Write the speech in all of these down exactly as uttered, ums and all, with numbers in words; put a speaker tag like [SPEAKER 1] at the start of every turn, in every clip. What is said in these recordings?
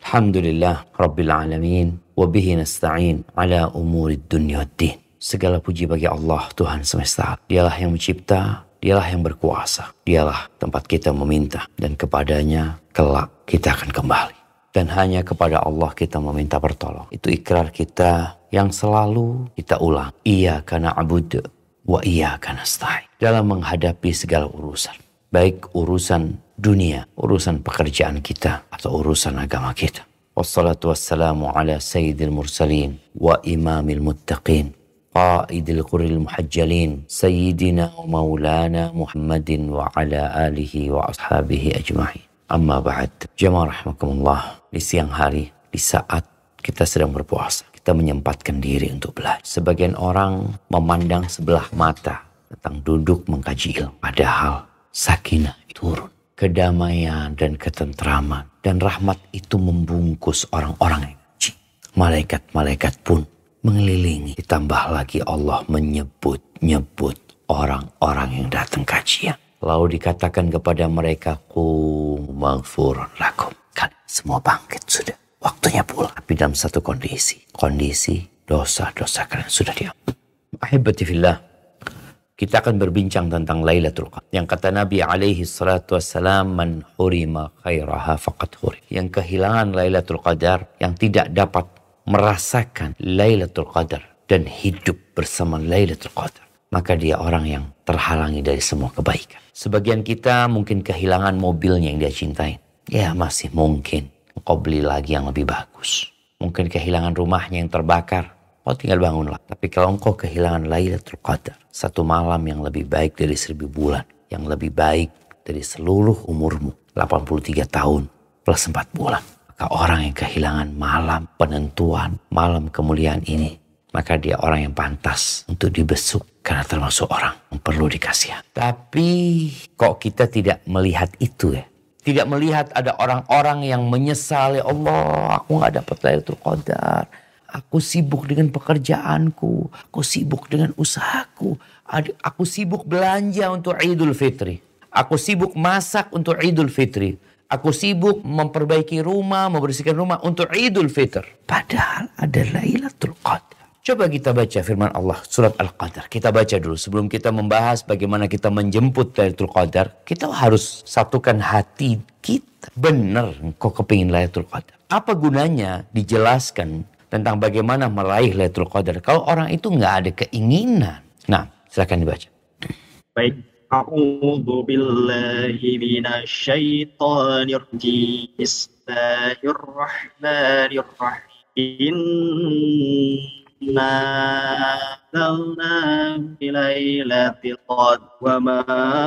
[SPEAKER 1] Alhamdulillah Rabbil Alamin. Wabihi nasta'in ala umurid dunya waddin. Segala puji bagi Allah Tuhan semesta. Dialah yang mencipta, dialah yang berkuasa. Dialah tempat kita meminta. Dan kepadanya kelak kita akan kembali. Dan hanya kepada Allah kita meminta pertolongan. Itu ikrar kita yang selalu kita ulang. Iyyaka na'budu wa iyyaka nasta'in. Dalam menghadapi segala urusan. Baik urusan dunia, urusan pekerjaan kita, atau urusan agama kita. Wassalatu wassalamu ala sayyidil mursalin wa imamil muttaqin. Qaidil quril muhajjalin. Sayyidina wa maulana Muhammadin wa ala alihi wa ashabihi ajma'in. Amma ba'd. Jamaah rahimakumullah. Di siang hari, di saat kita sedang berpuasa, kita menyempatkan diri untuk belajar. Sebagian orang memandang sebelah mata tentang duduk mengkaji ilmu. Padahal sakinah turun. Kedamaian dan ketentraman dan rahmat itu membungkus orang-orang yang ngaji. Malaikat-malaikat pun mengelilingi. Ditambah lagi Allah menyebut-nyebut orang-orang yang datang kajian. Lalu dikatakan kepada mereka, qum maghfurun lakum. Kan semua bangkit sudah. Waktunya pulang. Tapi dalam satu kondisi. Kondisi dosa-dosa kalian sudah diampuni. Ahibati fillah. Kita akan berbincang tentang Lailatul Qadar. Yang kata Nabi alaihi salatu wassalam, man hurima khairaha faqad hurim. Yang kehilangan Lailatul Qadar, yang tidak dapat merasakan Lailatul Qadar dan hidup bersama Lailatul Qadar, maka dia orang yang terhalangi dari semua kebaikan. Sebagian kita mungkin kehilangan mobilnya yang dia cintai. Ya masih mungkin engkau beli lagi yang lebih bagus. Mungkin kehilangan rumahnya yang terbakar. Kau tinggal bangunlah. Tapi kalau engkau kehilangan Lailatul Qadar, satu malam yang lebih baik dari seribu bulan, yang lebih baik dari seluruh umurmu, delapan puluh tiga tahun plus empat bulan. Maka orang yang kehilangan malam penentuan, malam kemuliaan ini, maka dia orang yang pantas untuk dibesuk karena termasuk orang yang perlu dikasihan. Tapi kok kita tidak melihat itu ya? Tidak melihat ada orang-orang yang menyesal, ya Allah, aku gak dapat Lailatul Qadar. Aku sibuk dengan pekerjaanku. Aku sibuk dengan usahaku. Aku sibuk belanja untuk Idul Fitri. Aku sibuk masak untuk Idul Fitri. Aku sibuk memperbaiki rumah, membersihkan rumah untuk Idul Fitr. Padahal ada Lailatul Qadar. Coba kita baca firman Allah surat Al-Qadar. Kita baca dulu sebelum kita membahas bagaimana kita menjemput Lailatul Qadar. Kita harus satukan hati kita. Benar kau kepingin Lailatul Qadar. Apa gunanya dijelaskan tentang bagaimana meraih Lailatul Qadar kalau orang itu nggak ada keinginan? Nah, silakan dibaca.
[SPEAKER 2] Baik. A'udzu billahi minasyaitonir rajim. Bismillahirrahmanirrahim. Inna anzalna fi lailatul qadr wa ma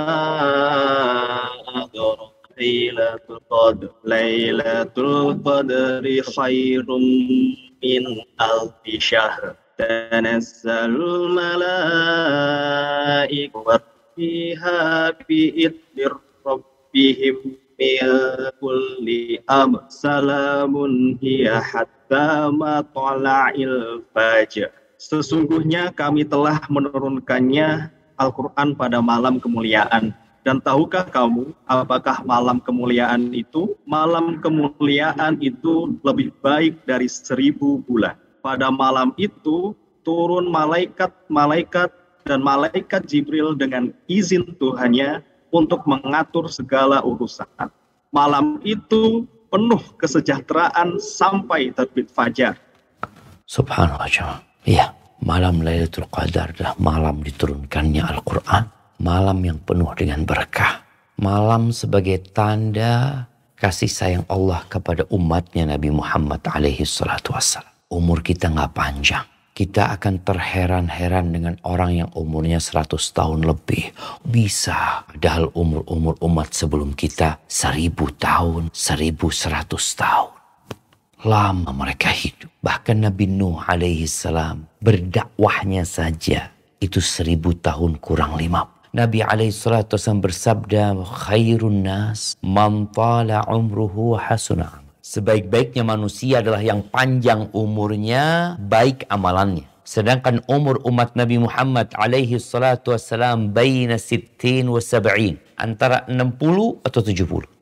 [SPEAKER 2] adraka lailatul qadr. Lailatul qadri khairum min alfi syahr. Tanazzalul malaikatu fiha bi'idnir rabbihim min kulli amr. Salamun hiya hatta matla'il fajr. Sesungguhnya kami telah menurunkannya Al-Quran pada malam kemuliaan. Dan tahukah kamu apakah malam kemuliaan itu? Malam kemuliaan itu lebih baik dari seribu bulan. Pada malam itu turun malaikat-malaikat dan malaikat Jibril dengan izin Tuhannya untuk mengatur segala urusan. Malam itu penuh kesejahteraan sampai terbit fajar.
[SPEAKER 1] Subhanallah. Iya, malam Lailatul Qadar adalah malam diturunkannya Al-Quran. Malam yang penuh dengan berkah. Malam sebagai tanda kasih sayang Allah kepada umatnya Nabi Muhammad alaihi salatu wassalam. Umur kita gak panjang. Kita akan terheran-heran dengan orang yang umurnya seratus tahun lebih. Bisa. Padahal umur-umur umat sebelum kita seribu tahun, seribu seratus tahun. Lama mereka hidup. Bahkan Nabi Nuh alaihi salam berdakwahnya saja itu seribu tahun kurang lima. Nabi alaihi salatu wasallam bersabda, khairun nas man tala umruhu wa hasuna. Sebaik-baiknya manusia adalah yang panjang umurnya, baik amalannya. Sedangkan umur umat Nabi Muhammad alaihi salatu wassalam baina sittin wa sab'in. Antara enam puluh atau tujuh puluh.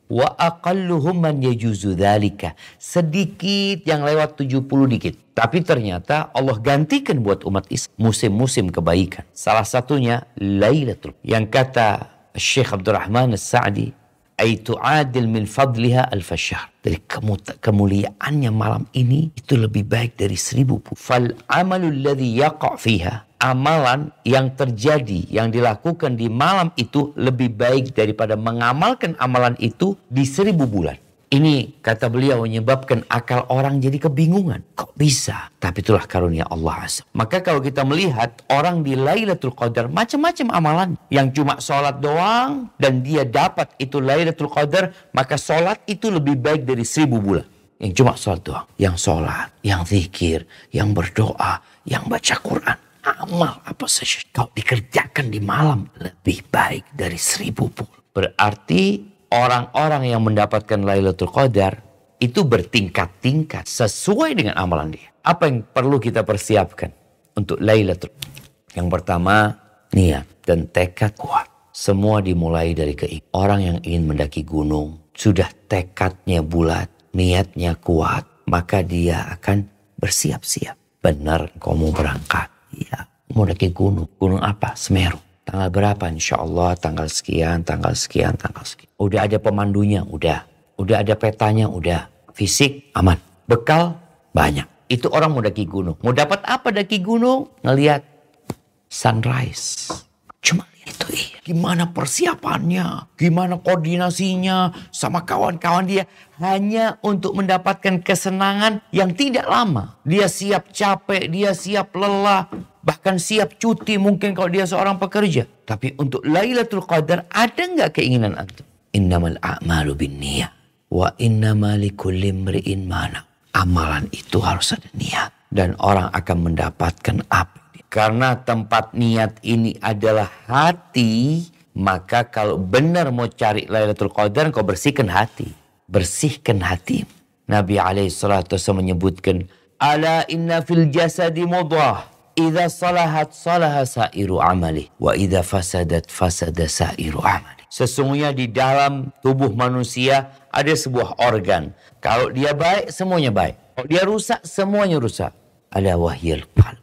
[SPEAKER 1] Wa aqalluhum man yajuzu dzalika. Sedikit yang lewat tujuh puluh dikit. Tapi ternyata Allah gantikan buat umat Islam musim-musim kebaikan. Salah satunya Lailatul. Yang kata Syekh Abdurrahman As-Sa'di, ay tu'adil min fadliha al-fasyahr. Dari kemuliaannya malam ini itu lebih baik dari seribu bulan. Fal amalul ladzi yaqa' fiha. Amalan yang terjadi, yang dilakukan di malam itu lebih baik daripada mengamalkan amalan itu di seribu bulan. Ini kata beliau menyebabkan akal orang jadi kebingungan. Kok bisa? Tapi itulah karunia Allah Azza. Maka kalau kita melihat orang di Lailatul Qadar macam-macam amalan. Yang cuma sholat doang dan dia dapat itu Lailatul Qadar, maka sholat itu lebih baik dari seribu bulan. Yang cuma sholat doang. Yang sholat, yang zikir, yang berdoa, yang baca Quran. Amal apa saja kau dikerjakan di malam lebih baik dari seribu bulan. Berarti orang-orang yang mendapatkan Lailatul Qadar itu bertingkat-tingkat sesuai dengan amalan dia. Apa yang perlu kita persiapkan untuk Lailatul Qadar? Yang pertama, niat dan tekad kuat. Semua dimulai dari keinginan. Orang yang ingin mendaki gunung, sudah tekadnya bulat, niatnya kuat, maka dia akan bersiap-siap. Benar kau mau berangkat. Ya, mau daki gunung. Gunung apa? Semeru. Tanggal berapa? Insya Allah tanggal sekian, tanggal sekian, tanggal sekian. Udah ada pemandunya? Udah. Udah ada petanya? Udah. Fisik aman. Bekal banyak. Itu orang mau daki gunung. Mau dapat apa daki gunung? Ngelihat sunrise. Cuma itu iya. Gimana persiapannya? Gimana koordinasinya sama kawan-kawan dia? Hanya untuk mendapatkan kesenangan yang tidak lama. Dia siap capek, dia siap lelah. Bahkan siap cuti mungkin kalau dia seorang pekerja. Tapi untuk Lailatul Qadar ada nggak keinginan antum? Innamal a'malu binniyah. Wa innama likulli imri'in ma nawa. Amalan itu harus ada niat. Dan orang akan mendapatkan apa? Karena tempat niat ini adalah hati, maka kalau benar mau cari Lailatul Qadar, kau bersihkan hati. Bersihkan hati. Nabi alaihi salatu wasallam menyebutkan, ala inna fil jasadi mudghah, idza salahat salaha sairu amali, wa idza fasadat fasada sairu amali. Sesungguhnya di dalam tubuh manusia ada sebuah organ. Kalau dia baik, semuanya baik. Kalau dia rusak, semuanya rusak. Ala wahyil qalb.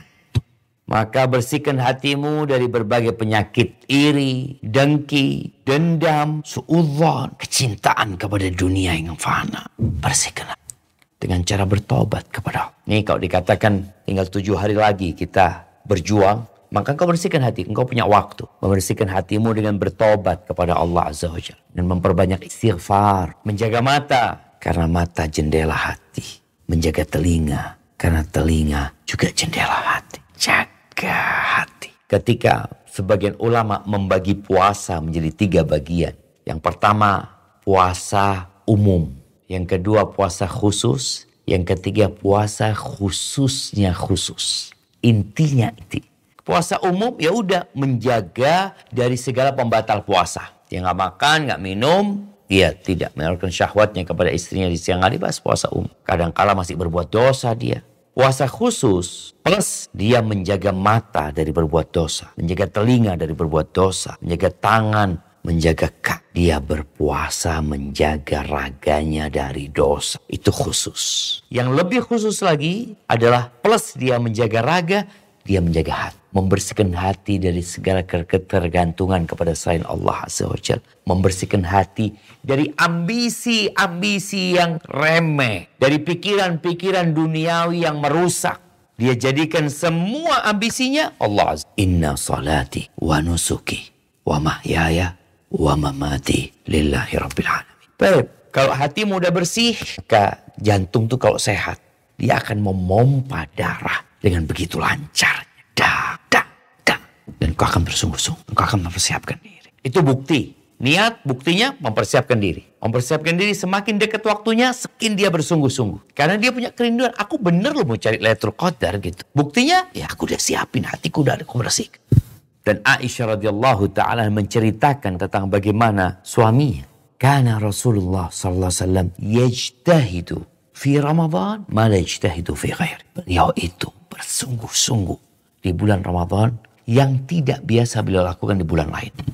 [SPEAKER 1] Maka bersihkan hatimu dari berbagai penyakit iri, dengki, dendam, suudzon, kecintaan kepada dunia yang fana. Bersihkan dengan cara bertobat kepada Allah. Nih kalau dikatakan tinggal tujuh hari lagi kita berjuang, maka engkau bersihkan hati, engkau punya waktu. Membersihkan hatimu dengan bertobat kepada Allah Azza wa Jalla. Dan memperbanyak istighfar. Menjaga mata, karena mata jendela hati. Menjaga telinga, karena telinga juga jendela hati. Jaga hati. Ketika sebagian ulama membagi puasa menjadi tiga bagian. Yang pertama puasa umum. Yang kedua puasa khusus. Yang ketiga puasa khususnya khusus. Intinya itu. Puasa umum ya udah menjaga dari segala pembatal puasa. Dia nggak makan, nggak minum. Dia tidak menyalurkan syahwatnya kepada istrinya di siang hari, bahas puasa umum. Kadang-kala masih berbuat dosa dia. Puasa khusus plus dia menjaga mata dari berbuat dosa. Menjaga telinga dari berbuat dosa. Menjaga tangan, menjaga kaki. Dia berpuasa menjaga raganya dari dosa. Itu khusus. Yang lebih khusus lagi adalah plus dia menjaga raga, dia menjaga hati. Membersihkan hati dari segala ketergantungan kepada selain Allah Azza wa Jalla. Membersihkan hati dari ambisi-ambisi yang remeh. Dari pikiran-pikiran duniawi yang merusak. Dia jadikan semua ambisinya Allah Azza. Inna salati wa nusuki wa mahyaya wa mamati lillahi rabbil alamin. Baik, kalau hatimu udah bersih, maka jantung tuh kalau sehat, dia akan memompa darah dengan begitu lancar. Dak, dak, dak. Dan kau akan bersungguh-sungguh. Kau akan mempersiapkan diri. Itu bukti. Niat buktinya mempersiapkan diri. Mempersiapkan diri semakin dekat waktunya, semakin dia bersungguh-sungguh. Karena dia punya kerinduan. Aku bener loh mau cari Lailatul Qadar gitu. Buktinya, ya aku udah siapin. Hatiku udah aku bersihkan. Dan Aisyah radhiyallahu ta'ala menceritakan tentang bagaimana suaminya. Karena Rasulullah sallallahu alaihi wasallam yajtahidu fi Ramadan ma la yajtahidu fi ghairi. Beliau itu bersungguh-sungguh di bulan Ramadan yang tidak biasa beliau lakukan di bulan lain.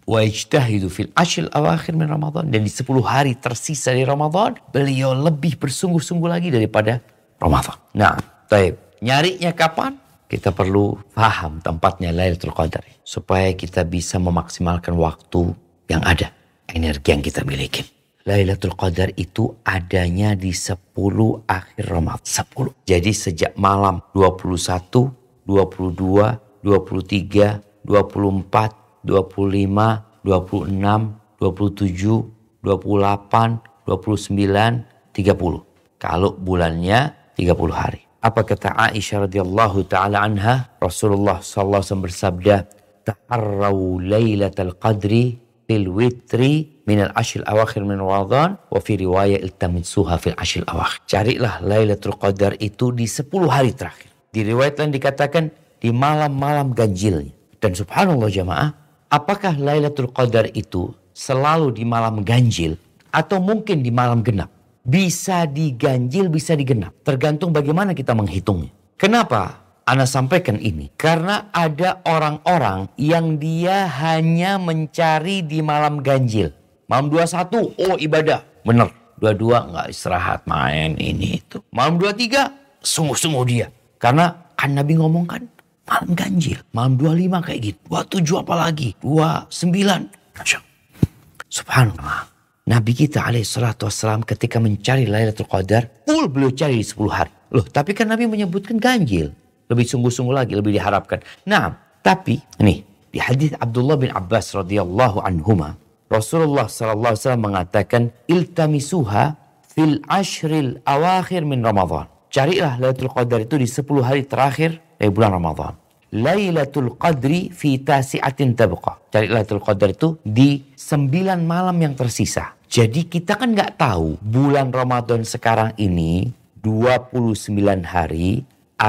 [SPEAKER 1] Wa ijtahidu fil ashril awakhir min Ramadan. Dan di sepuluh hari tersisa di Ramadan, beliau lebih bersungguh-sungguh lagi daripada Ramadan. Nah, taib. Nyarinya kapan? Kita perlu paham tempatnya Lailatul Qadar. Supaya kita bisa memaksimalkan waktu yang ada. Energi yang kita miliki. Lailatul Qadar itu adanya di sepuluh akhir Ramadan. sepuluh. Jadi sejak malam dua puluh satu, dua puluh dua, dua puluh tiga, dua puluh empat, dua puluh lima, dua puluh enam, dua puluh tujuh, dua puluh delapan, dua puluh sembilan, tiga puluh. Kalau bulannya tiga puluh hari. Apa kata Aisyah radhiyallahu taala anha? Rasulullah sallallahu alaihi wasallam bersabda, "Ta'arrau Lailatul Qadri fil witri minal ashril awakhir min Ramadan wa fi riwayah iltamisuha fil ashril awakhir." Carilah Lailatul Qadar itu di sepuluh hari terakhir. Di riwayat lain dikatakan di malam-malam ganjilnya. Dan subhanallah jamaah, apakah Lailatul Qadar itu selalu di malam ganjil atau mungkin di malam genap? Bisa diganjil, bisa digenap. Tergantung bagaimana kita menghitungnya. Kenapa Ana sampaikan ini? Karena ada orang-orang yang dia hanya mencari di malam ganjil. Malam dua puluh satu, oh ibadah. Bener. dua puluh dua nggak istirahat, main ini itu. Malam dua puluh tiga, sungguh-sungguh dia. Karena kan Nabi ngomong kan, malam ganjil. Malam dua puluh lima kayak gitu. dua puluh tujuh apalagi. dua puluh sembilan. Masya Allah. Subhanallah. Nabi kita alaihissalatu wassalam ketika mencari Lailatul Qadar, full beliau cari di sepuluh hari. Loh, tapi kan Nabi menyebutkan ganjil. Lebih sungguh-sungguh lagi, lebih diharapkan. Nah, tapi nih di hadis Abdullah bin Abbas radhiyallahu anhuma, Rasulullah sallallahu alaihi wasallam mengatakan, "Iltamisuha fil ashril awakhir min Ramadan." Carilah Lailatul Qadar itu di sepuluh hari terakhir dari bulan Ramadan. Lailatul Qadri fi tasi'atin tabqa. Carilah Lailatul Qadar itu di sembilan malam yang tersisa. Jadi kita kan nggak tahu bulan Ramadan sekarang ini dua puluh sembilan hari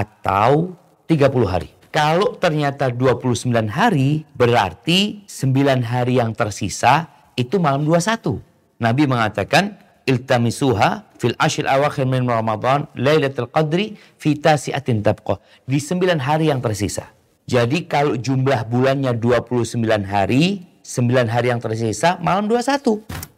[SPEAKER 1] atau tiga puluh hari. Kalau ternyata dua puluh sembilan hari, berarti sembilan hari yang tersisa itu malam dua puluh satu. Nabi mengatakan, iltamisuha fil ashril awakhir min Ramadan Lailatul Qadri fi tasi'atin tabqa. Di sembilan hari yang tersisa. Jadi kalau jumlah bulannya dua puluh sembilan hari, sembilan hari yang tersisa malam dua puluh satu.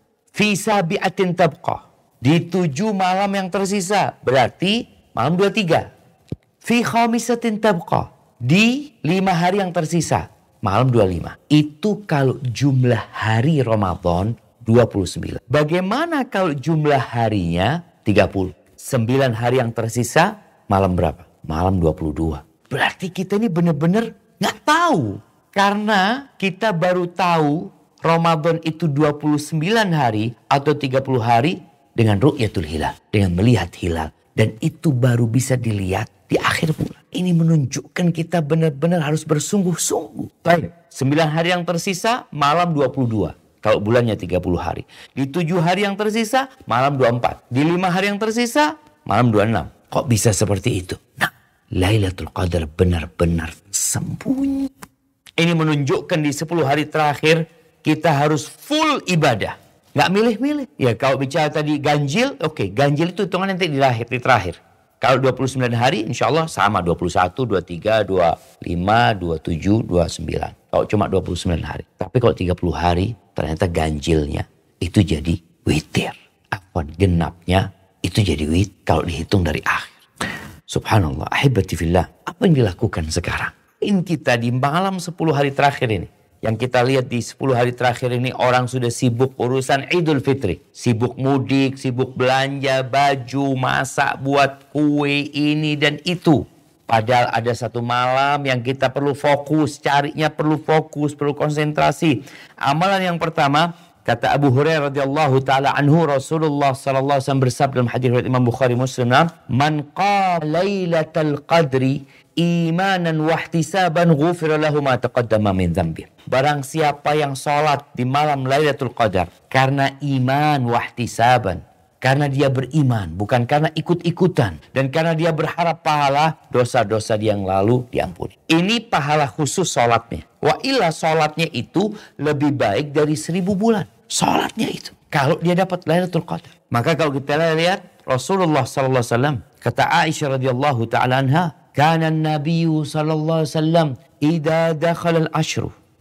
[SPEAKER 1] Fi sabi'atin tabqa. Di tujuh malam yang tersisa, berarti malam dua puluh tiga. Fi khamisatin tabqa. Di lima hari yang tersisa, malam dua puluh lima. Itu kalau jumlah hari Ramadan dua puluh sembilan. Bagaimana kalau jumlah harinya tiga puluh? sembilan hari yang tersisa, malam berapa? Malam dua puluh dua. Berarti kita ini benar-benar nggak tahu. Karena kita baru tahu Ramadan itu dua puluh sembilan hari atau tiga puluh hari dengan ru'yatul hilal. Dengan melihat hilal. Dan itu baru bisa dilihat di akhir bulan. Ini menunjukkan kita benar-benar harus bersungguh-sungguh. Baik, sembilan hari yang tersisa, malam dua puluh dua. Kalau bulannya tiga puluh hari. Di tujuh hari yang tersisa, malam dua puluh empat. Di lima hari yang tersisa, malam dua puluh enam. Kok bisa seperti itu? Nah, Lailatul Qadar benar-benar sembunyi. Ini menunjukkan di sepuluh hari terakhir, kita harus full ibadah. Nggak milih-milih. Ya kalau bicara tadi ganjil, oke. Okay. Ganjil itu hitungan nanti di terakhir. Di terakhir. Kalau dua puluh sembilan hari, insya Allah sama. dua puluh satu, dua puluh tiga, dua puluh lima, dua puluh tujuh, dua puluh sembilan. Kalau cuma dua puluh sembilan hari. Tapi kalau tiga puluh hari, ternyata ganjilnya itu jadi witir. Afwan, genapnya itu jadi wit kalau dihitung dari akhir. Subhanallah, ahibati fillah. Apa yang dilakukan sekarang? Ini kita di malam sepuluh hari terakhir ini. Yang kita lihat di sepuluh hari terakhir ini orang sudah sibuk urusan Idul Fitri. Sibuk mudik, sibuk belanja, baju, masak, buat kue ini dan itu. Padahal ada satu malam yang kita perlu fokus, carinya perlu fokus, perlu konsentrasi. Amalan yang pertama, kata Abu Hurairah radhiyallahu taala anhu, Rasulullah sallallahu alaihi wasallam bersabda dalam hadis riwayat Imam Bukhari Muslim, "Man qala Lailatul Qadri imanan wa ihtisaban ghufira lahu ma taqaddama min dzambi." Barang siapa yang sholat di malam Lailatul Qadar karena iman wa ihtisaban, karena dia beriman, bukan karena ikut-ikutan, dan karena dia berharap pahala, dosa-dosa dia yang lalu diampuni. Ini pahala khusus sholatnya. Wa illa sholatnya itu lebih baik dari seribu bulan. Sholatnya itu. Kalau dia dapat Lailatul Qadar. Maka kalau kita lihat Rasulullah sallallahu alaihi wasallam, kata Aisyah radhiyallahu ta'ala anha, kana an-nabiyyu sallallahu alaihi wasallam idza dakhala al-ashru.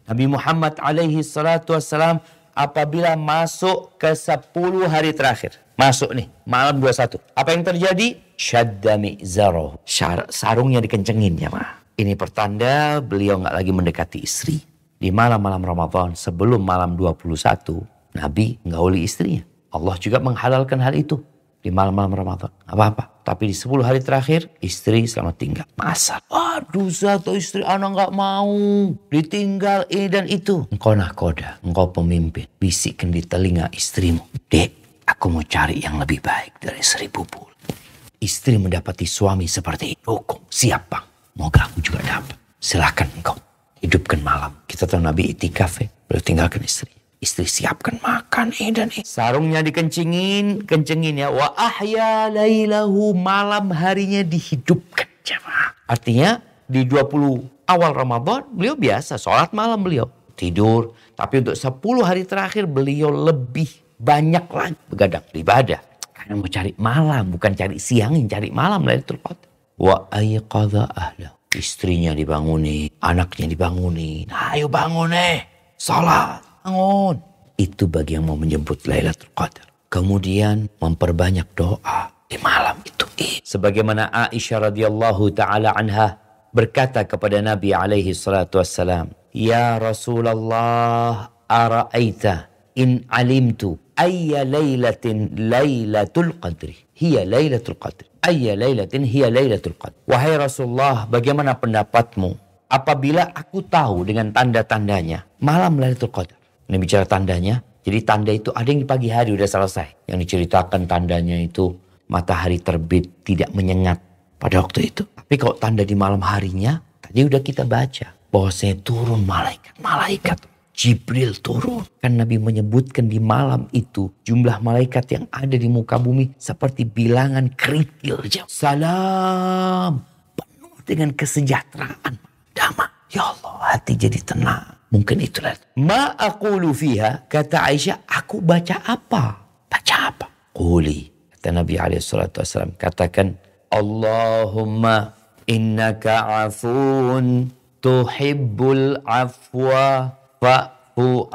[SPEAKER 1] Nabi Muhammad alaihi salatu wassalam apabila masuk ke sepuluh hari terakhir. Masuk nih, malam dua puluh satu. Apa yang terjadi? Syadda mi'zarahu. Sarungnya dikencengin ya ma. Ini pertanda beliau nggak lagi mendekati istri. Di malam-malam Ramadan sebelum malam dua puluh satu, Nabi nggauli istrinya. Allah juga menghalalkan hal itu. Di malam-malam Ramadan. Apa-apa. Tapi di sepuluh hari terakhir, istri selamat tinggal. Masa? Aduh, satu istri anak gak mau. Ditinggal ini dan itu. Engkau nakoda. Engkau pemimpin. Bisikkan di telinga istrimu. Dek, aku mau cari yang lebih baik dari seribu bulan. Istri mendapati suami seperti itu. Dukung. Siap bang. Moga aku juga dapat. Silahkan engkau. Hidupkan malam. Kita tahu Nabi itikaf ya. Beliau tinggalkan istri. Istri siapkan makan eh dan eh. Sarungnya dikencingin, kencengin ya. Wa ahya lailahu, malam harinya dihidupkan jemaah. Artinya di dua puluh awal Ramadan beliau biasa sholat malam beliau tidur. Tapi untuk sepuluh hari terakhir beliau lebih banyak lagi begadang ibadah. Karena mau cari malam, bukan cari siang, cari malam Lailatul Qadar. Wa ayqadha ahlahu. Istrinya dibanguni, anaknya dibanguni. Nah, ayo bangun eh, sholat. Bangun. Itu bagi yang mau menjemput Lailatul Qadar. Kemudian memperbanyak doa di malam itu. Sebagaimana Aisyah radhiyallahu taala anha berkata kepada Nabi alaihi salatu wassalam, "Ya Rasulullah, ara'aita in alimtu ayya lailatin Lailatul Qadri? Hiya Lailatul Qadri. Ayya lailatin hiya Lailatul Qadri." Wahai Rasulullah, bagaimana pendapatmu apabila aku tahu dengan tanda-tandanya malam Lailatul Qadar? Ini bicara tandanya. Jadi tanda itu ada yang di pagi hari udah selesai. Yang diceritakan tandanya itu matahari terbit tidak menyengat pada waktu itu. Tapi kalau tanda di malam harinya, tadi udah kita baca bahwasanya turun malaikat. Malaikat Jibril turun. Kan Nabi menyebutkan di malam itu jumlah malaikat yang ada di muka bumi seperti bilangan kerikil. Salam penuh dengan kesejahteraan, damai. Ya Allah, hati jadi tenang. Mungkin itulah. Ma aqulu fiha, kata Aisyah, aku baca apa? Baca apa? Quli. Kata Nabi alaihi salatu wasallam, katakan, Allahumma innaka afun tuhibbul afwa fa'fu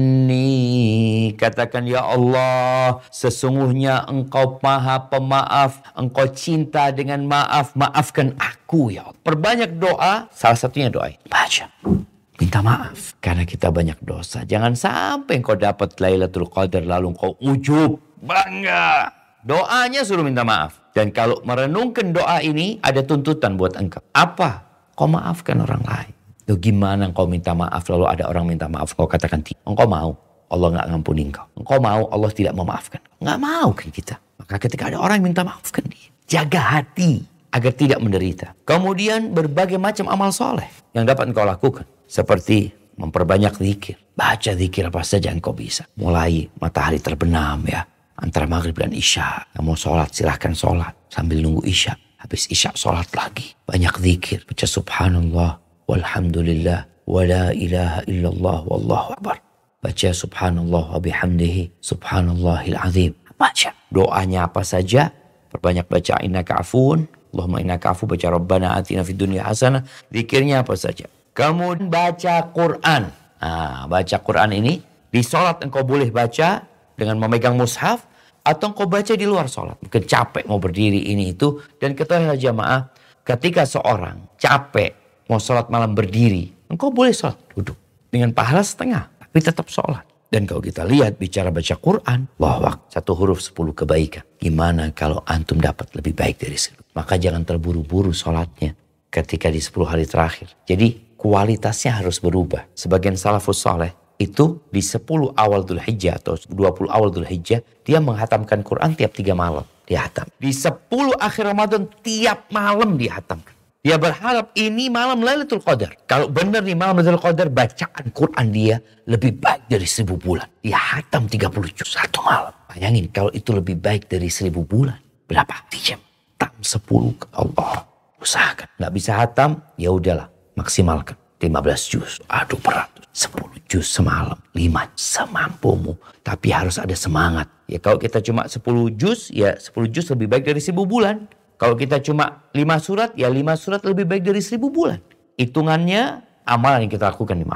[SPEAKER 1] anni. Katakan, ya Allah, sesungguhnya engkau maha pemaaf, engkau cinta dengan maaf, maafkan aku ya Allah. Perbanyak doa, salah satunya doa. Baca. Minta maaf karena kita banyak dosa. Jangan sampai engkau dapat Lailatul Qadar lalu engkau ujub, bangga. Doanya suruh minta maaf. Dan kalau merenungkan doa ini ada tuntutan buat engkau. Apa? Kau maafkan orang lain. Loh, gimana engkau minta maaf lalu ada orang minta maaf kau katakan tidak. Engkau mau Allah nggak ngampuni engkau. Engkau mau Allah tidak memaafkan. Nggak mau kan kita. Maka ketika ada orang minta maafkan dia. Jaga hati agar tidak menderita. Kemudian berbagai macam amal soleh yang dapat engkau lakukan. Seperti memperbanyak zikir. Baca zikir apa saja engkau bisa. Mulai matahari terbenam ya. Antara maghrib dan isya. Yang mau sholat silahkan sholat. Sambil nunggu isya. Habis isya sholat lagi. Banyak zikir. Baca subhanallah. Walhamdulillah. Wa la ilaha illallah. Wallahu akbar. Baca subhanallah wa bihamdihi. Subhanallahil azim. Baca. Doanya apa saja. Perbanyak baca innaka afun. Allahumma innaka afu. Baca Rabbana atina fid dunya hasanah. Zikirnya apa saja. Kemudian baca Quran. Nah, baca Quran ini di sholat engkau boleh baca dengan memegang mushaf atau engkau baca di luar sholat. Mungkin capek mau berdiri ini itu. Dan ketahuilah jamaah, ketika seorang capek mau sholat malam berdiri, engkau boleh sholat duduk dengan pahala setengah, tapi tetap sholat. Dan kalau kita lihat bicara baca Quran, wah, satu huruf sepuluh kebaikan. Gimana kalau antum dapat lebih baik dari situ? Maka jangan terburu-buru sholatnya ketika di sepuluh hari terakhir. Jadi kualitasnya harus berubah. Sebagian salafus saleh itu di sepuluh awal Dzulhijjah atau dua puluh awal Dzulhijjah dia menghatamkan Quran tiap tiga malam. Dia hatam. Di sepuluh akhir Ramadan tiap malam dia hatamkan. Dia berharap ini malam Lailatul Qadar. Kalau benar nih malam Lailatul Qadar, bacaan Quran dia lebih baik dari seribu bulan. Dia hatam tiga puluh juz satu malam. Bayangin kalau itu lebih baik dari seribu bulan. Berapa? Jam. Hatam sepuluh ke Allah. Usahakan. Nggak bisa hatam, ya udahlah. Maksimalkan. lima belas juz. Aduh berat. sepuluh juz semalam. lima semampumu. Tapi harus ada semangat. Ya kalau kita cuma sepuluh juz, ya sepuluh juz lebih baik dari seribu bulan. Kalau kita cuma lima surat, ya lima surat lebih baik dari seribu bulan. Hitungannya amalan yang kita lakukan di malam itu.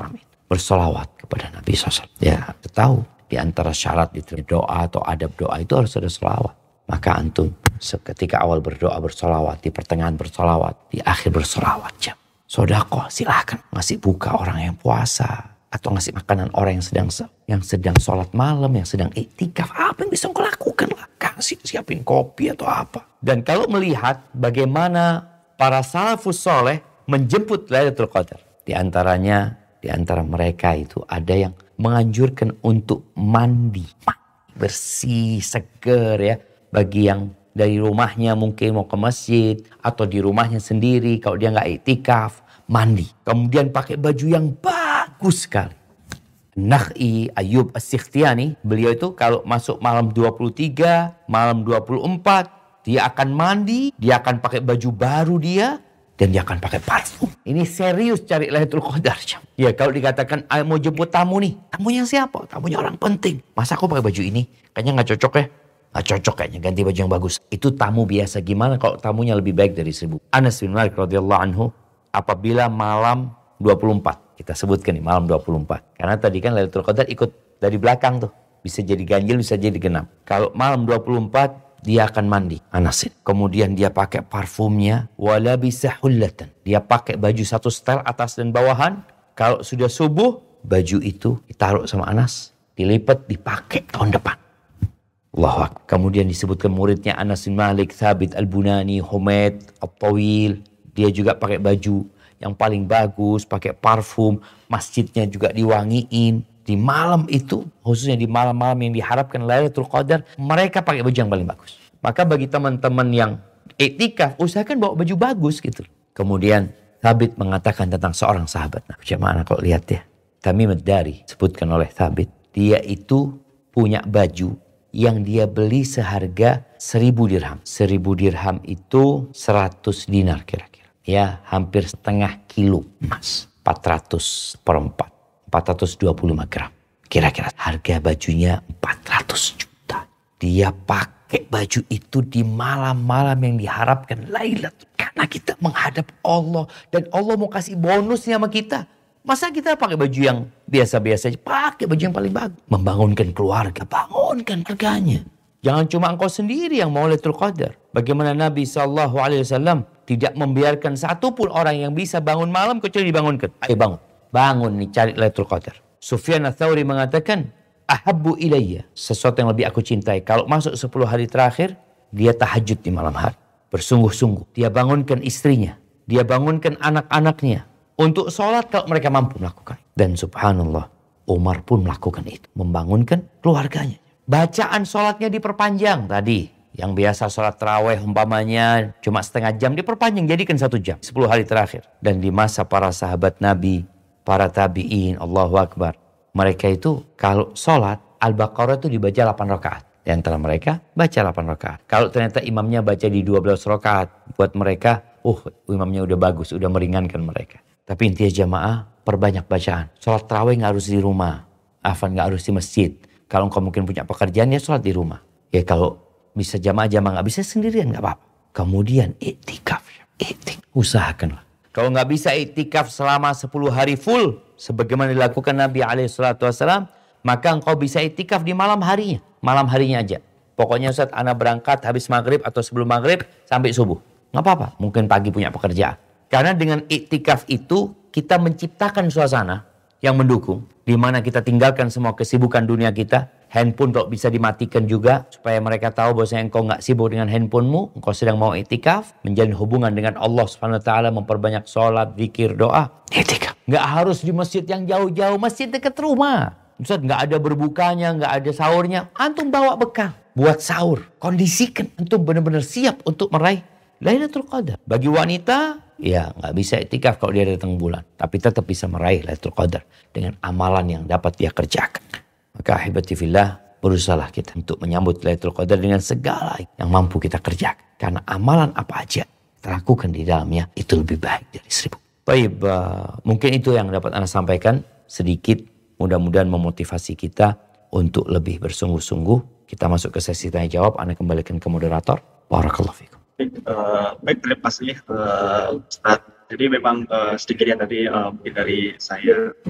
[SPEAKER 1] bersolawat kepada Nabi shallallahu alaihi wasallam. Ya, kita tahu di antara syarat diterima doa atau adab doa itu harus ada solawat. Maka antum ketika awal berdoa bersolawat, di pertengahan bersolawat, di akhir bersolawat. Jam sodako silahkan ngasih buka orang yang puasa atau ngasih makanan orang yang sedang yang sedang sholat malam, yang sedang iktikaf. Apa yang bisa kau lakukan lah? Kasih siapin kopi atau apa. Dan kalau melihat bagaimana para salafus soleh menjemput Lailatul Qadar, di antaranya di antara mereka itu ada yang menganjurkan untuk mandi, bersih, seger ya. Bagi yang dari rumahnya mungkin mau ke masjid atau di rumahnya sendiri kalau dia nggak iktikaf, mandi. Kemudian pakai baju yang bagus sekali. Nakh'i Ayyub As-Sikhtiyani, beliau itu kalau masuk malam dua puluh tiga, malam dua puluh empat, dia akan mandi, dia akan pakai baju baru dia, dan dia akan pakai parfum. Ini serius cari Lailatul Qadar. Ya kalau dikatakan mau jemput tamu nih, tamunya siapa? Tamunya orang penting. Masa aku pakai baju ini? Kayaknya nggak cocok ya. Nggak cocok kayaknya, ganti baju yang bagus. Itu tamu biasa. Gimana kalau tamunya lebih baik dari seribu? Anas bin Malik radhiyallahu anhu, apabila malam dua puluh empat, kita sebutkan nih malam dua puluh empat. Karena tadi kan Lailatul Qadar ikut dari belakang tuh. Bisa jadi ganjil, bisa jadi genap. Kalau malam dua puluh empat, dia akan mandi. Anasin. Kemudian dia pakai parfumnya. Wala bisa hullatan. Dia pakai baju satu setel atas dan bawahan. Kalau sudah subuh, baju itu ditaruh sama Anas. Dilipat, dipakai tahun depan. Allahu Akbar. Kemudian disebutkan muridnya Anas bin Malik, Thabit Al-Bunani, Humaid Al-Tawil. Dia juga pakai baju yang paling bagus, pakai parfum. Masjidnya juga diwangiin. Di malam itu, khususnya di malam-malam yang diharapkan Lailatul Qadar, mereka pakai baju yang paling bagus. Maka bagi teman-teman yang iktikaf, usahakan bawa baju bagus gitu. Kemudian Thabit mengatakan tentang seorang sahabat. Nah, bagaimana kalau lihat ya. Tamim ad-Dari, sebutkan oleh Thabit. Dia itu punya baju yang dia beli seharga seribu dirham. Seribu dirham itu seratus dinar kira-kira. Ya, hampir setengah kilo emas. empat ratus per empat. empat ratus dua puluh lima gram. Kira-kira harga bajunya empat ratus juta. Dia pakai baju itu di malam-malam yang diharapkan Lailatul. Karena kita menghadap Allah. Dan Allah mau kasih bonusnya sama kita. Masa kita pakai baju yang biasa-biasa aja? Pakai baju yang paling bagus. Membangunkan keluarga. Bangunkan keluarganya. Jangan cuma engkau sendiri yang mau Lailatul Qadar. Bagaimana Nabi shallallahu alaihi wasallam tidak membiarkan satupun orang yang bisa bangun malam kecuali dibangunkan. Ayo bangun. Bangun nih cari Lailatul Qadar. Sufyan Ats-Tsauri mengatakan, ahabbu ilayya, sesuatu yang lebih aku cintai. Kalau masuk sepuluh hari terakhir, dia tahajud di malam hari. Bersungguh-sungguh. Dia bangunkan istrinya. Dia bangunkan anak-anaknya. Untuk sholat kalau mereka mampu melakukan. Dan subhanallah, Umar pun melakukan itu. Membangunkan keluarganya. Bacaan sholatnya diperpanjang tadi. Yang biasa sholat tarawih umpamanya cuma setengah jam, diperpanjang jadikan satu jam. sepuluh hari terakhir. Dan di masa para sahabat Nabi, para tabi'in, Allahu Akbar. Mereka itu kalau sholat, Al-Baqarah itu dibaca delapan rakaat. Di antara mereka baca delapan rakaat. Kalau ternyata imamnya baca di dua belas rakaat. Buat mereka, uh imamnya udah bagus, udah meringankan mereka. Tapi intinya jamaah, perbanyak bacaan. Sholat tarawih gak harus di rumah. Afan gak harus di masjid. Kalau engkau mungkin punya pekerjaan, ya sholat di rumah. Ya kalau bisa jamaah-jamaah gak bisa sendirian gak apa-apa. Kemudian iktikaf. Iktikaf. Usahakanlah. Kalau gak bisa iktikaf selama sepuluh hari full, sebagaimana dilakukan Nabi alaihi salatu wassalam, maka engkau bisa iktikaf di malam harinya. Malam harinya aja. Pokoknya Ustaz, ana berangkat habis maghrib atau sebelum maghrib sampai subuh. Gak apa-apa. Mungkin pagi punya pekerjaan. Karena dengan iktikaf itu kita menciptakan suasana yang mendukung. Di mana kita tinggalkan semua kesibukan dunia kita. Handphone kalau bisa dimatikan juga. Supaya mereka tahu bahwasanya engkau gak sibuk dengan handphonemu. Engkau sedang mau iktikaf. Menjalin hubungan dengan Allah subhanahu wa taala. Memperbanyak sholat, zikir, doa. Iktikaf. Gak harus di masjid yang jauh-jauh. Masjid dekat rumah. Ustaz, gak ada berbukanya, gak ada sahurnya. Antum bawa bekal. Buat sahur. Kondisikan. Antum benar-benar siap untuk meraih Lailatul Qadar. Bagi wanita, ya nggak bisa iktikaf kalau dia datang bulan. Tapi tetap bisa meraih Lailatul Qadar dengan amalan yang dapat dia kerjakan. Maka ahibati fillah, berusahalah kita untuk menyambut Lailatul Qadar dengan segala yang mampu kita kerjakan. Karena amalan apa aja kita lakukan di dalamnya, itu lebih baik dari seribu. Baik, uh, mungkin itu yang dapat Anda sampaikan sedikit. Mudah-mudahan memotivasi kita untuk lebih bersungguh-sungguh. Kita masuk ke sesi tanya jawab. Anda kembalikan ke moderator. Barakallahu fikum.
[SPEAKER 2] Uh, baik, terima kasih uh, Ustaz. Jadi memang uh, sedikit yang tadi uh, mungkin dari saya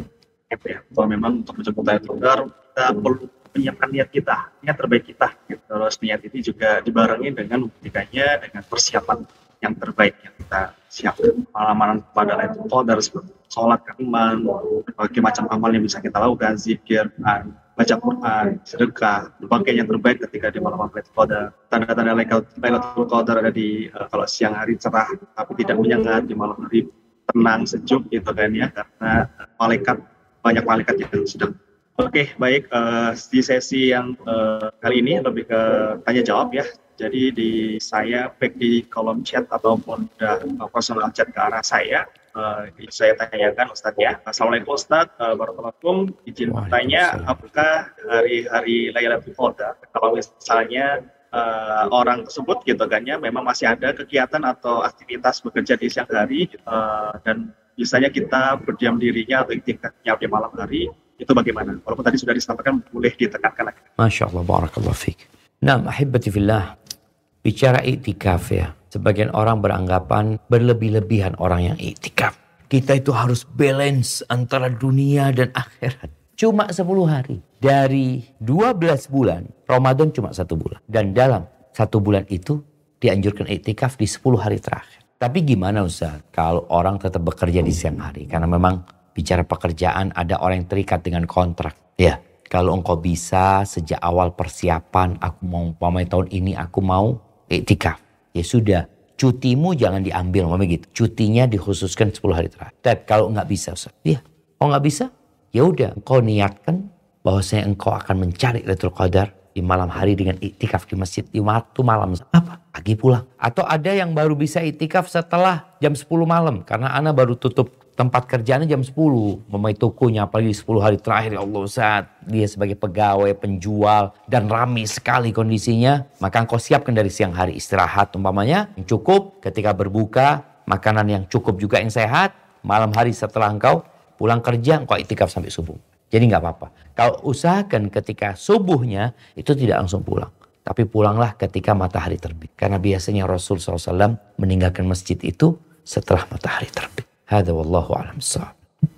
[SPEAKER 2] gitu ya. Kalau memang untuk menjemput Lailatul Qadar, kita perlu menyiapkan niat kita, niat terbaik kita. Gitu. Terus niat ini juga dibarengi dengan membuktikannya dengan persiapan yang terbaik yang kita siapkan. Amalan pada Lailatul Qadar seperti sholat, iman, berbagai macam amal yang bisa kita lakukan, zikir, baca Quran, sedekah, berbagai yang terbaik ketika di malam Lailatul Qadar. Tanda-tanda Lailatul Qadar ada di uh, kalau siang hari cerah tapi tidak menyengat, di malam hari tenang, sejuk gitu kan ya, karena malaikat banyak malaikat yang sedang. Oke, baik, uh, di sesi yang uh, kali ini lebih ke tanya jawab ya. Jadi di saya baik di kolom chat ataupun uh, personal chat ke arah saya, uh, saya tanyakan Ustadz ya. Assalamualaikum Ustadz, uh, Barakalakum, izin bertanya, apakah hari-hari Lailatul Qadar kalau misalnya Uh, orang tersebut gitu kan ya memang masih ada kegiatan atau aktivitas bekerja di siang hari uh, dan misalnya kita berdiam dirinya atau iktikafnya di malam hari, itu bagaimana? Walaupun tadi sudah disampaikan, boleh ditekankan lagi.
[SPEAKER 1] Masya Allah, barakallah fiik. Nah, ahibati fillah, bicara iktikaf ya, sebagian orang beranggapan berlebih-lebihan orang yang iktikaf. Kita itu harus balance antara dunia dan akhirat. Cuma sepuluh hari. Dari dua belas bulan, Ramadan cuma satu bulan. Dan dalam satu bulan itu dianjurkan iktikaf di sepuluh hari terakhir. Tapi gimana Ustaz kalau orang tetap bekerja di siang hari? Karena memang bicara pekerjaan ada orang yang terikat dengan kontrak. Ya, kalau engkau bisa sejak awal persiapan, aku mau umpamai tahun ini aku mau iktikaf. Ya sudah, cutimu jangan diambil, umpamai gitu. Cutinya dikhususkan sepuluh hari terakhir. Tapi kalau nggak bisa Ustaz, ya, kalau nggak bisa, ya udah, engkau niatkan bahwasanya engkau akan mencari Lailatul Qadar di malam hari dengan iktikaf di masjid di waktu malam. Apa? Pagi pulang. Atau ada yang baru bisa iktikaf setelah jam sepuluh malam. Karena ana baru tutup tempat kerjaannya jam sepuluh. Memai tokonya apalagi sepuluh hari terakhir. Ya Allah Ustaz. Dia sebagai pegawai, penjual. Dan ramai sekali kondisinya. Maka engkau siapkan dari siang hari istirahat. Umpamanya yang cukup ketika berbuka. Makanan yang cukup juga yang sehat. Malam hari setelah engkau pulang kerja engkau iktikaf sampai subuh. Jadi nggak apa-apa. Kalau usahakan ketika subuhnya itu tidak langsung pulang. Tapi pulanglah ketika matahari terbit. Karena biasanya Rasul shallallahu alaihi wasallam meninggalkan masjid itu setelah matahari terbit. Hadza wallahu a'lam bissawab.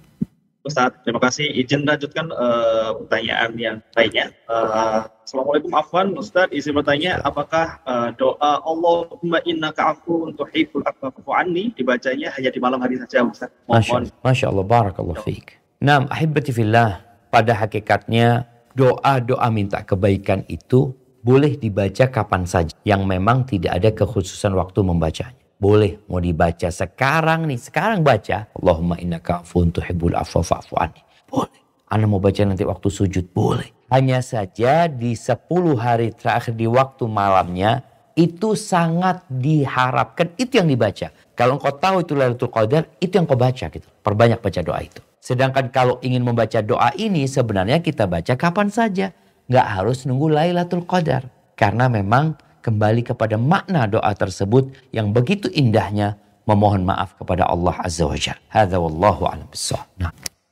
[SPEAKER 2] Ustaz, terima kasih. Izin lanjutkan uh, pertanyaan yang lainnya. Uh, Assalamualaikum Afwan, Ustaz, izin bertanya, apakah uh, doa Allahumma innaka afuwun tuhibbul afwa fa'fu anni dibacanya hanya di malam hari saja, Ustaz?
[SPEAKER 1] Mohon. Masya Allah, barakallahu fiik. Nah, ahibati fillah, pada hakikatnya doa-doa minta kebaikan itu boleh dibaca kapan saja. Yang memang tidak ada kekhususan waktu membacanya. Boleh, mau dibaca sekarang nih, sekarang baca. Allahumma innaka afuwun tuhibbul afwa fa'fu anni. Boleh. Anda mau baca nanti waktu sujud, boleh. Hanya saja di sepuluh hari terakhir di waktu malamnya, itu sangat diharapkan, itu yang dibaca. Kalau engkau tahu itu Lailatul Qadar, itu yang kau baca gitu. Perbanyak baca doa itu. Sedangkan kalau ingin membaca doa ini sebenarnya kita baca kapan saja. Nggak harus nunggu Lailatul Qadar. Karena memang kembali kepada makna doa tersebut yang begitu indahnya memohon maaf kepada Allah Azza wa Jalla. Hadza wallahu a'lam bissawab. Nah.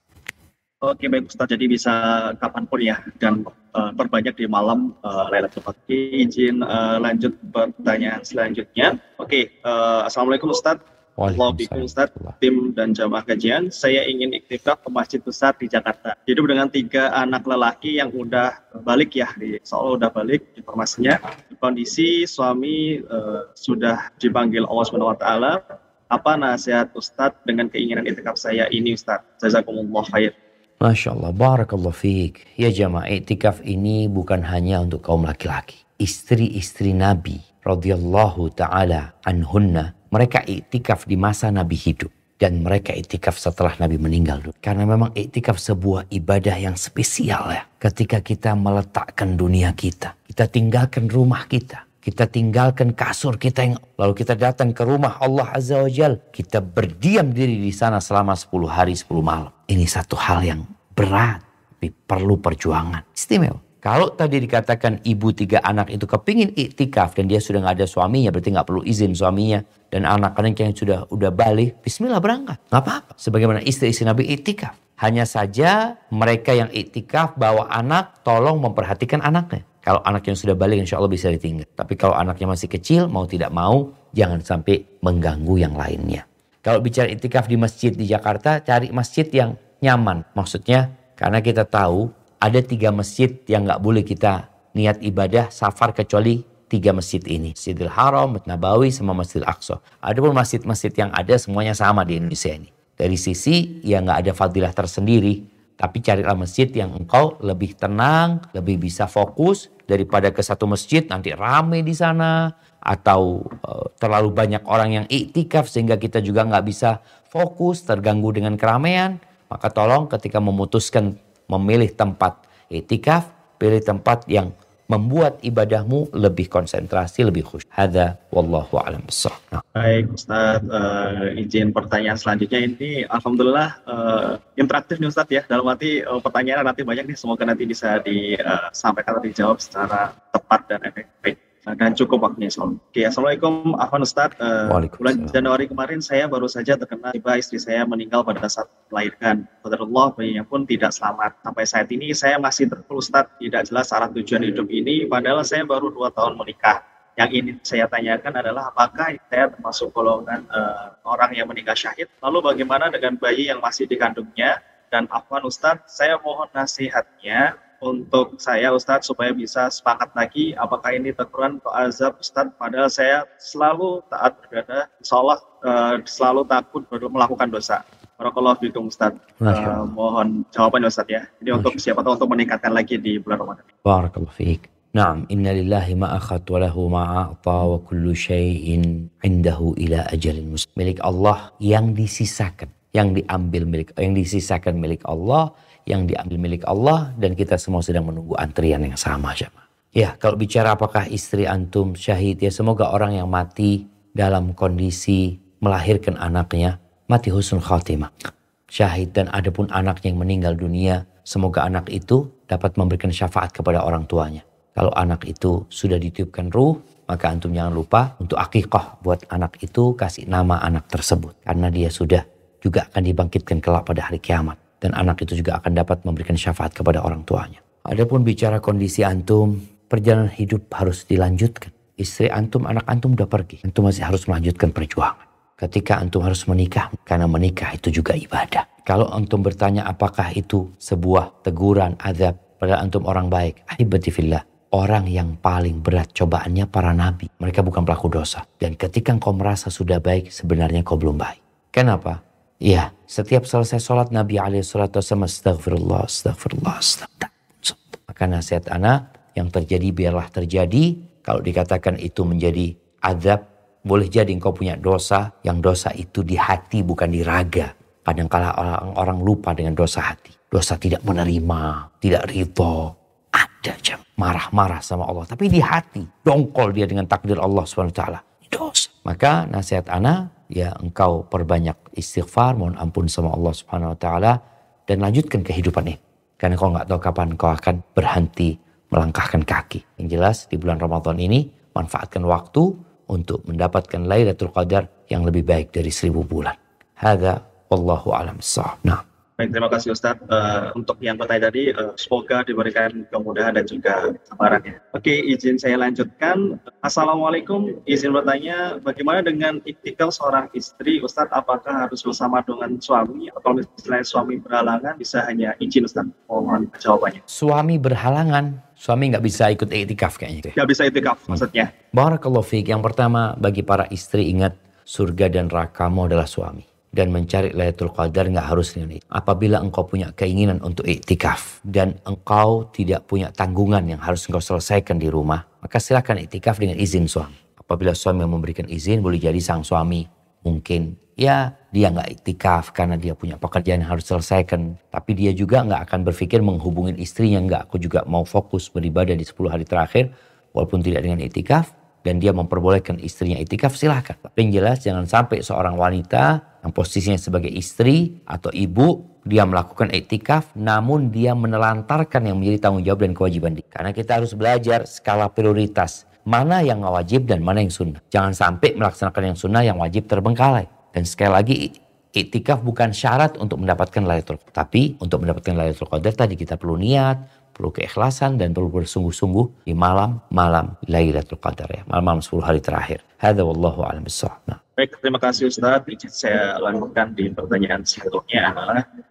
[SPEAKER 2] Oke baik Ustaz, jadi bisa kapanpun ya dan uh, perbanyak di malam uh, Lailatul Qadar. Izin uh, lanjut pertanyaan selanjutnya. Oke, uh, Assalamualaikum Ustaz. Waalaikumsalam Ustaz, tim dan jamaah kajian. Saya ingin iktikaf ke masjid besar di Jakarta. Hidup dengan tiga anak lelaki yang udah balik ya, di Solo udah balik informasinya. Kondisi suami uh, sudah dipanggil Allah Subhanahu Wa Taala. Apa nasihat Ustaz dengan keinginan iktikaf saya ini Ustaz? Jazakumullah khair.
[SPEAKER 1] Masya Allah, barakallah fiik. Ya jamaah, iktikaf ini bukan hanya untuk kaum laki-laki. Istri-istri Nabi radhiyallahu ta'ala anhunna, mereka iktikaf di masa Nabi hidup. Dan mereka iktikaf setelah Nabi meninggal. Karena memang iktikaf sebuah ibadah yang spesial ya. Ketika kita meletakkan dunia kita. Kita tinggalkan rumah kita. Kita tinggalkan kasur kita yang lalu kita datang ke rumah Allah Azza wa Jal. Kita berdiam diri di sana selama sepuluh hari sepuluh malam. Ini satu hal yang berat. Tapi perlu perjuangan. Istimewa. Kalau tadi dikatakan ibu tiga anak itu kepingin iktikaf dan dia sudah nggak ada suaminya, berarti nggak perlu izin suaminya. Dan anak-anak yang sudah udah balik, bismillah berangkat. Nggak apa-apa. Sebagaimana istri-istri Nabi iktikaf. Hanya saja mereka yang iktikaf bawa anak, tolong memperhatikan anaknya. Kalau anak yang sudah balik insya Allah bisa ditinggal. Tapi kalau anaknya masih kecil, mau tidak mau, jangan sampai mengganggu yang lainnya. Kalau bicara iktikaf di masjid di Jakarta, cari masjid yang nyaman. Maksudnya karena kita tahu ada tiga masjid yang nggak boleh kita niat ibadah safar kecuali tiga masjid ini. Masjidil Haram, Masjid Nabawi, sama Masjidil Aqsa. Adapun masjid-masjid yang ada semuanya sama di Indonesia ini. Dari sisi ya nggak ada fadilah tersendiri. Tapi carilah masjid yang engkau lebih tenang, lebih bisa fokus daripada ke satu masjid nanti rame di sana. Atau uh, terlalu banyak orang yang iktikaf sehingga kita juga nggak bisa fokus, terganggu dengan keramaian. Maka tolong ketika memutuskan memilih tempat iktikaf, pilih tempat yang membuat ibadahmu lebih konsentrasi, lebih khusyuk. Hadza wallahu a'lam bissawab. Nah.
[SPEAKER 2] Baik Ustadz, uh, izin pertanyaan selanjutnya ini alhamdulillah uh, interaktif nih Ustadz ya. Dalam arti uh, pertanyaan nanti banyak nih, semoga nanti bisa disampaikan atau dijawab secara tepat dan efektif. Dan cukup waktunya. Oke, Assalamualaikum Afwan Ustadz. Uh, bulan Januari kemarin saya baru saja terkena tiba istri saya meninggal pada saat melahirkan. Qadarullah, bayinya pun tidak selamat. Sampai saat ini saya masih terpukul Ustadz, tidak jelas arah tujuan hidup ini, padahal saya baru dua tahun menikah. Yang ini saya tanyakan adalah apakah saya termasuk golongan uh, orang yang meninggal syahid? Lalu bagaimana dengan bayi yang masih dikandungnya? Dan Afwan Ustadz, saya mohon nasihatnya untuk saya Ustadz supaya bisa sepakat lagi apakah ini teguran atau azab Ustadz, padahal saya selalu taat beribadah, insya Allah uh, selalu takut melakukan dosa. Barakallahu fikum Ustadz. Uh, mohon jawabannya Ustadz ya. Ini untuk siapa tahu untuk meningkatkan lagi di bulan Ramadan.
[SPEAKER 1] Barakallahu fiik. Naam, inna lillahi ma akhad wa lahu ma a'ta wa kullu syai'in indahu ila ajalin musamma. Milik Allah yang disisakan, yang diambil milik, yang disisakan milik Allah, yang diambil milik Allah, dan kita semua sedang menunggu antrian yang sama. Ya, kalau bicara apakah istri antum syahid, ya semoga orang yang mati dalam kondisi melahirkan anaknya mati husnul khatimah, syahid. Dan adapun anaknya yang meninggal dunia, semoga anak itu dapat memberikan syafaat kepada orang tuanya. Kalau anak itu sudah ditiupkan ruh, maka antum jangan lupa untuk akikah buat anak itu, kasih nama anak tersebut, karena dia sudah juga akan dibangkitkan kelak pada hari kiamat. Dan anak itu juga akan dapat memberikan syafaat kepada orang tuanya. Adapun bicara kondisi antum, perjalanan hidup harus dilanjutkan. Istri antum, anak antum udah pergi. Antum masih harus melanjutkan perjuangan. Ketika antum harus menikah, karena menikah itu juga ibadah. Kalau antum bertanya apakah itu sebuah teguran, azab, padahal antum orang baik. Ahibati fillah. Orang yang paling berat cobaannya para nabi. Mereka bukan pelaku dosa. Dan ketika engkau merasa sudah baik, sebenarnya kau belum baik. Kenapa? Ya, setiap selesai sholat Nabi alaihi salatu wasallam astaghfirullah, astaghfirullah, astaghfirullah. Maka nasihat anak, yang terjadi biarlah terjadi. Kalau dikatakan itu menjadi azab, boleh jadi engkau punya dosa, yang dosa itu di hati bukan di raga. Kadangkala orang-orang lupa dengan dosa hati. Dosa tidak menerima, tidak ridho. Ada jam marah-marah sama Allah, tapi di hati dongkol dia dengan takdir Allah subhanahu wa taala. Dosa. Maka nasihat anak, ya engkau perbanyak istighfar, mohon ampun sama Allah subhanahu wa ta'ala, dan lanjutkan kehidupan ini. Karena kau nggak tahu kapan kau akan berhenti melangkahkan kaki. Yang jelas di bulan Ramadan ini, manfaatkan waktu untuk mendapatkan Lailatul Qadar yang lebih baik dari seribu bulan. Hadza wallahu a'lam bissawab. Nah.
[SPEAKER 2] Baik, terima kasih Ustadz. Uh, untuk yang bertanya tadi, uh, semoga diberikan kemudahan dan juga kesabaran ya. Oke, izin saya lanjutkan. Assalamualaikum, izin bertanya, bagaimana dengan iktikaf seorang istri, Ustadz? Apakah harus bersama dengan suami? Atau misalnya suami berhalangan, bisa hanya izin Ustadz? Mohon jawabannya.
[SPEAKER 1] Suami berhalangan, suami nggak bisa ikut iktikaf kayaknya.
[SPEAKER 2] Nggak bisa iktikaf hmm. maksudnya.
[SPEAKER 1] Barakallahu fiik. Yang pertama, bagi para istri ingat, surga dan nerakamu adalah suami. Dan mencari Lailatul Qadar nggak harus dengan itu. Apabila engkau punya keinginan untuk iktikaf dan engkau tidak punya tanggungan yang harus engkau selesaikan di rumah, maka silakan iktikaf dengan izin suami. Apabila suami yang memberikan izin, boleh jadi sang suami mungkin ya dia nggak iktikaf karena dia punya pekerjaan yang harus selesaikan, tapi dia juga nggak akan berpikir menghubungin istrinya, nggak, aku juga mau fokus beribadah di sepuluh hari terakhir walaupun tidak dengan iktikaf, dan dia memperbolehkan istrinya iktikaf, silahkan. Tapi yang jelas jangan sampai seorang wanita yang posisinya sebagai istri atau ibu, dia melakukan iktikaf namun dia menelantarkan yang menjadi tanggung jawab dan kewajiban dia. Karena kita harus belajar skala prioritas, mana yang wajib dan mana yang sunnah. Jangan sampai melaksanakan yang sunnah, yang wajib terbengkalai. Dan sekali lagi, iktikaf bukan syarat untuk mendapatkan Lailatul Qadar. Tapi untuk mendapatkan Lailatul Qadar tadi kita perlu niat, perlu keikhlasan, dan perlu bersungguh-sungguh di malam-malam Lailatul Qadar ya, malam-malam sepuluh hari terakhir. Hadza wallahu a'lam bissawab. Nah.
[SPEAKER 2] Baik, terima kasih Ustadz. Izin saya lanjutkan di pertanyaan selanjutnya adalah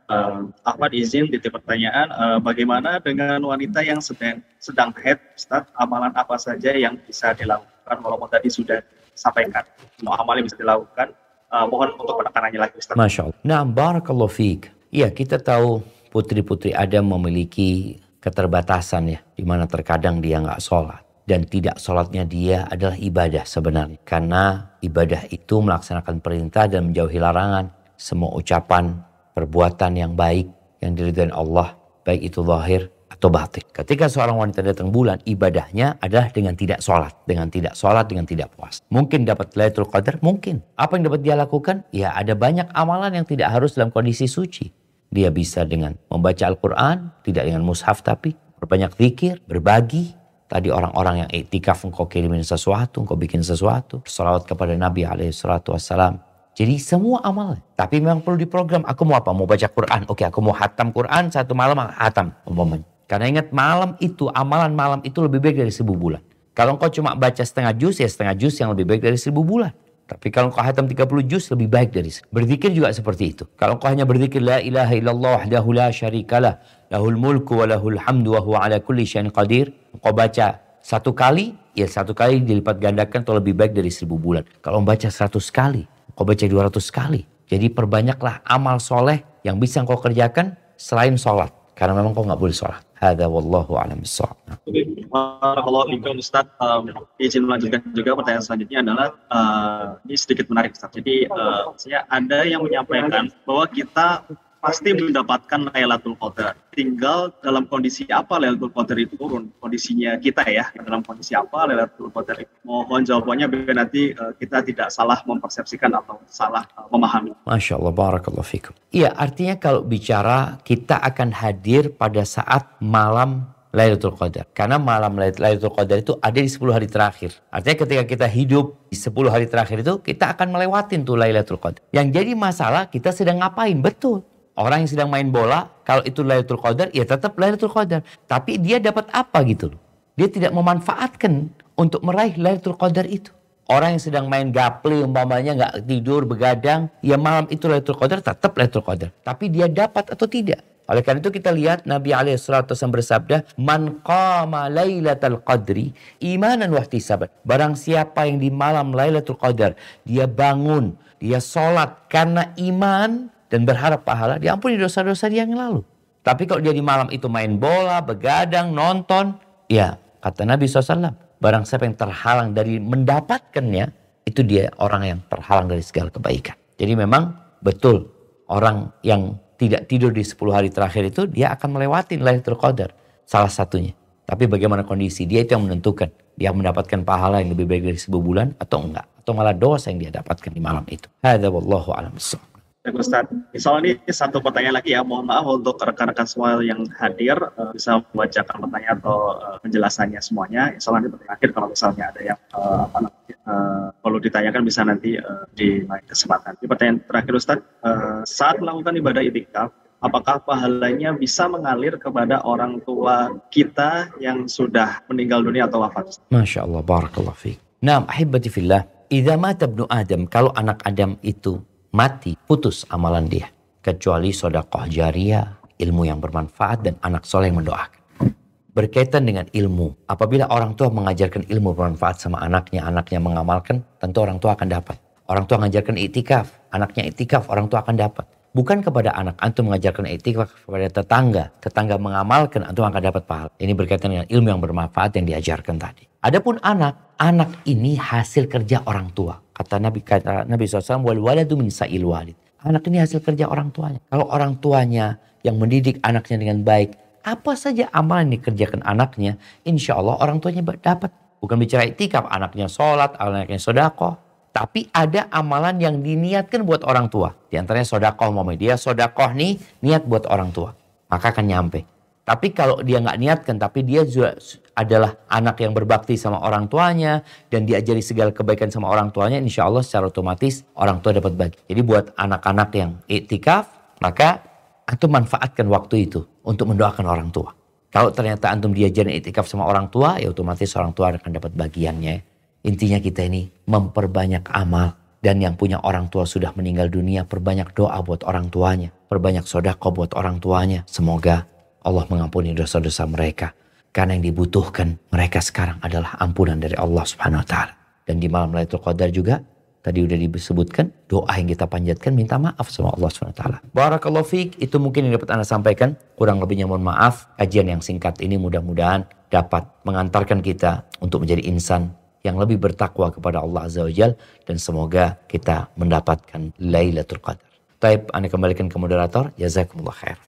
[SPEAKER 2] Uh, Ahmad izin titip pertanyaan, uh, bagaimana dengan wanita yang sedang sedang haid, Ustaz? Amalan apa saja yang bisa dilakukan? Walaupun tadi sudah disampaikan, semua amalan yang bisa dilakukan. Uh, mohon untuk penekanannya lagi, Ustaz.
[SPEAKER 1] Masya Allah. Nah, barakallahu fiik. Iya, kita tahu putri-putri Adam memiliki keterbatasan ya, di mana terkadang dia nggak sholat. Dan tidak sholatnya dia adalah ibadah sebenarnya. Karena ibadah itu melaksanakan perintah dan menjauhi larangan. Semua ucapan, perbuatan yang baik yang diridhai Allah, baik itu zahir atau batin. Ketika seorang wanita datang bulan, ibadahnya adalah dengan tidak sholat. Dengan tidak sholat, dengan tidak puasa. Mungkin dapat Lailatul Qadar? Mungkin. Apa yang dapat dia lakukan? Ya ada banyak amalan yang tidak harus dalam kondisi suci. Dia bisa dengan membaca Al-Quran, tidak dengan mushaf tapi berbanyak zikir, berbagi. Tadi orang-orang yang iktikaf, engkau kirimin sesuatu, engkau bikin sesuatu. Salawat kepada Nabi alaihi salatu wassalam. Jadi semua amal. Tapi memang perlu diprogram. Aku mau apa? Mau baca Quran. Oke, aku mau hatam Quran satu malam, hatam. Umpamanya. Karena ingat malam itu, amalan malam itu lebih baik dari seribu bulan. Kalau engkau cuma baca setengah juz, ya setengah juz yang lebih baik dari seribu bulan. Tapi kalau engkau hatam tiga puluh juz, lebih baik dari seribu. Berzikir juga seperti itu. Kalau engkau hanya berzikir, La ilaha illallah wahdahu la syarikalah, lahul mulku wa lahul hamdu wa huwa ala kulli syai'in qadir. Engkau baca satu kali, ya satu kali dilipat gandakan atau lebih baik dari seribu bulan. Kalau membaca seratus kali, engkau baca dua ratus kali. Jadi perbanyaklah amal soleh yang bisa engkau kerjakan selain sholat. Karena memang engkau nggak boleh sholat. Hadza wallahu a'lam bissawab.
[SPEAKER 2] Kalau Ibu Ustaz, um, izin melanjutkan juga pertanyaan selanjutnya adalah uh, ini sedikit menarik Ustaz. Jadi uh, saya ada yang menyampaikan bahwa kita pasti mendapatkan Lailatul Qadar. Tinggal dalam kondisi apa Lailatul Qadar itu turun, kondisinya kita ya, dalam kondisi apa Lailatul Qadar itu. Mohon jawabannya biar nanti uh, kita tidak salah mempersepsikan atau salah uh, memahami.
[SPEAKER 1] Masya Allah, barakallahu fikum. Iya, artinya kalau bicara kita akan hadir pada saat malam Lailatul Qadar. Karena malam Lailatul Qadar itu ada di sepuluh hari terakhir. Artinya ketika kita hidup di sepuluh hari terakhir itu, kita akan melewatin tuh Lailatul Qadar. Yang jadi masalah kita sedang ngapain? Betul. Orang yang sedang main bola, kalau itu Lailatul Qadar, ya tetap Lailatul Qadar. Tapi dia dapat apa gitu loh. Dia tidak memanfaatkan untuk meraih Lailatul Qadar itu. Orang yang sedang main gaple, umpamanya nggak tidur, begadang, ya malam itu Lailatul Qadar, tetap Lailatul Qadar. Tapi dia dapat atau tidak? Oleh karena itu kita lihat Nabi alaihi salatu wasallam bersabda, Man qama Lailatul Qadri imanan wa ihtisaban. Barang siapa yang di malam Lailatul Qadar, dia bangun, dia sholat karena iman dan berharap pahala, diampuni dosa-dosa dia yang lalu. Tapi kalau dia di malam itu main bola, begadang, nonton, ya kata Nabi shallallahu alaihi wasallam, barang siapa yang terhalang dari mendapatkannya, itu dia orang yang terhalang dari segala kebaikan. Jadi memang betul, orang yang tidak tidur di sepuluh hari terakhir itu, dia akan melewati Lailatul Qadar, salah satunya. Tapi bagaimana kondisi, dia itu yang menentukan. Dia mendapatkan pahala yang lebih baik dari seribu bulan atau enggak. Atau malah dosa yang dia dapatkan di malam itu. Hadza wallahu a'lam bissawab.
[SPEAKER 2] Ustaz, misalnya ini satu pertanyaan lagi ya, mohon maaf untuk rekan-rekan semua yang hadir uh, bisa membacakan pertanyaan atau uh, penjelasannya semuanya. Misalnya di terakhir kalau misalnya ada yang uh, apa namanya uh, perlu ditanyakan bisa nanti uh, di lain kesempatan. Di pertanyaan terakhir Ustaz, uh, saat melakukan ibadah i'tikaf, apakah pahalanya bisa mengalir kepada orang tua kita yang sudah meninggal dunia atau wafat?
[SPEAKER 1] Masya Allah, barakallahu fiik. Naam, ahibati fillah, idza mata ibnu Adam, kalau anak Adam itu mati, putus amalan dia. Kecuali sedekah jariyah, ilmu yang bermanfaat dan anak soleh yang mendoakan. Berkaitan dengan ilmu. Apabila orang tua mengajarkan ilmu bermanfaat sama anaknya, anaknya mengamalkan, tentu orang tua akan dapat. Orang tua mengajarkan iktikaf, anaknya iktikaf, orang tua akan dapat. Bukan kepada anak, antum mengajarkan iktikaf kepada tetangga. Tetangga mengamalkan, antum akan dapat pahala. Ini berkaitan dengan ilmu yang bermanfaat yang diajarkan tadi. Adapun anak, anak ini hasil kerja orang tua. Kata Nabi kata Nabi shallallahu alaihi wasallam, wal waladu min sa'il walid. Anak ini hasil kerja orang tuanya. Kalau orang tuanya yang mendidik anaknya dengan baik, apa saja amalan yang dikerjakan anaknya, insya Allah orang tuanya dapat. Bukan bicara iktikaf, anaknya sholat, anaknya sedekah. Tapi ada amalan yang diniatkan buat orang tua. Di antaranya sedekah, mau dia sedekah nih, niat buat orang tua. Maka akan nyampe. Tapi kalau dia nggak niatkan, tapi dia juga adalah anak yang berbakti sama orang tuanya dan diajari segala kebaikan sama orang tuanya, insya Allah secara otomatis orang tua dapat bagi. Jadi buat anak-anak yang iktikaf, maka antum manfaatkan waktu itu untuk mendoakan orang tua. Kalau ternyata antum diajarin iktikaf sama orang tua, ya otomatis orang tua akan dapat bagiannya. Intinya kita ini memperbanyak amal, Dan yang punya orang tua sudah meninggal dunia, perbanyak doa buat orang tuanya. Perbanyak sedekah buat orang tuanya. Semoga Allah mengampuni dosa-dosa mereka. Karena yang dibutuhkan mereka sekarang adalah ampunan dari Allah Subhanahu wa taala. Dan di malam Lailatul Qadar juga tadi udah disebutkan doa yang kita panjatkan minta maaf sama Allah Subhanahu wa taala. Barakallahu fiik, itu mungkin yang dapat Anda sampaikan. Kurang lebihnya mohon maaf. Kajian yang singkat ini mudah-mudahan dapat mengantarkan kita untuk menjadi insan yang lebih bertakwa kepada Allah Azza wa Jalla, dan semoga kita mendapatkan Lailatul Qadar. Taib, Anda kembalikan ke moderator. Jazakumullah khair.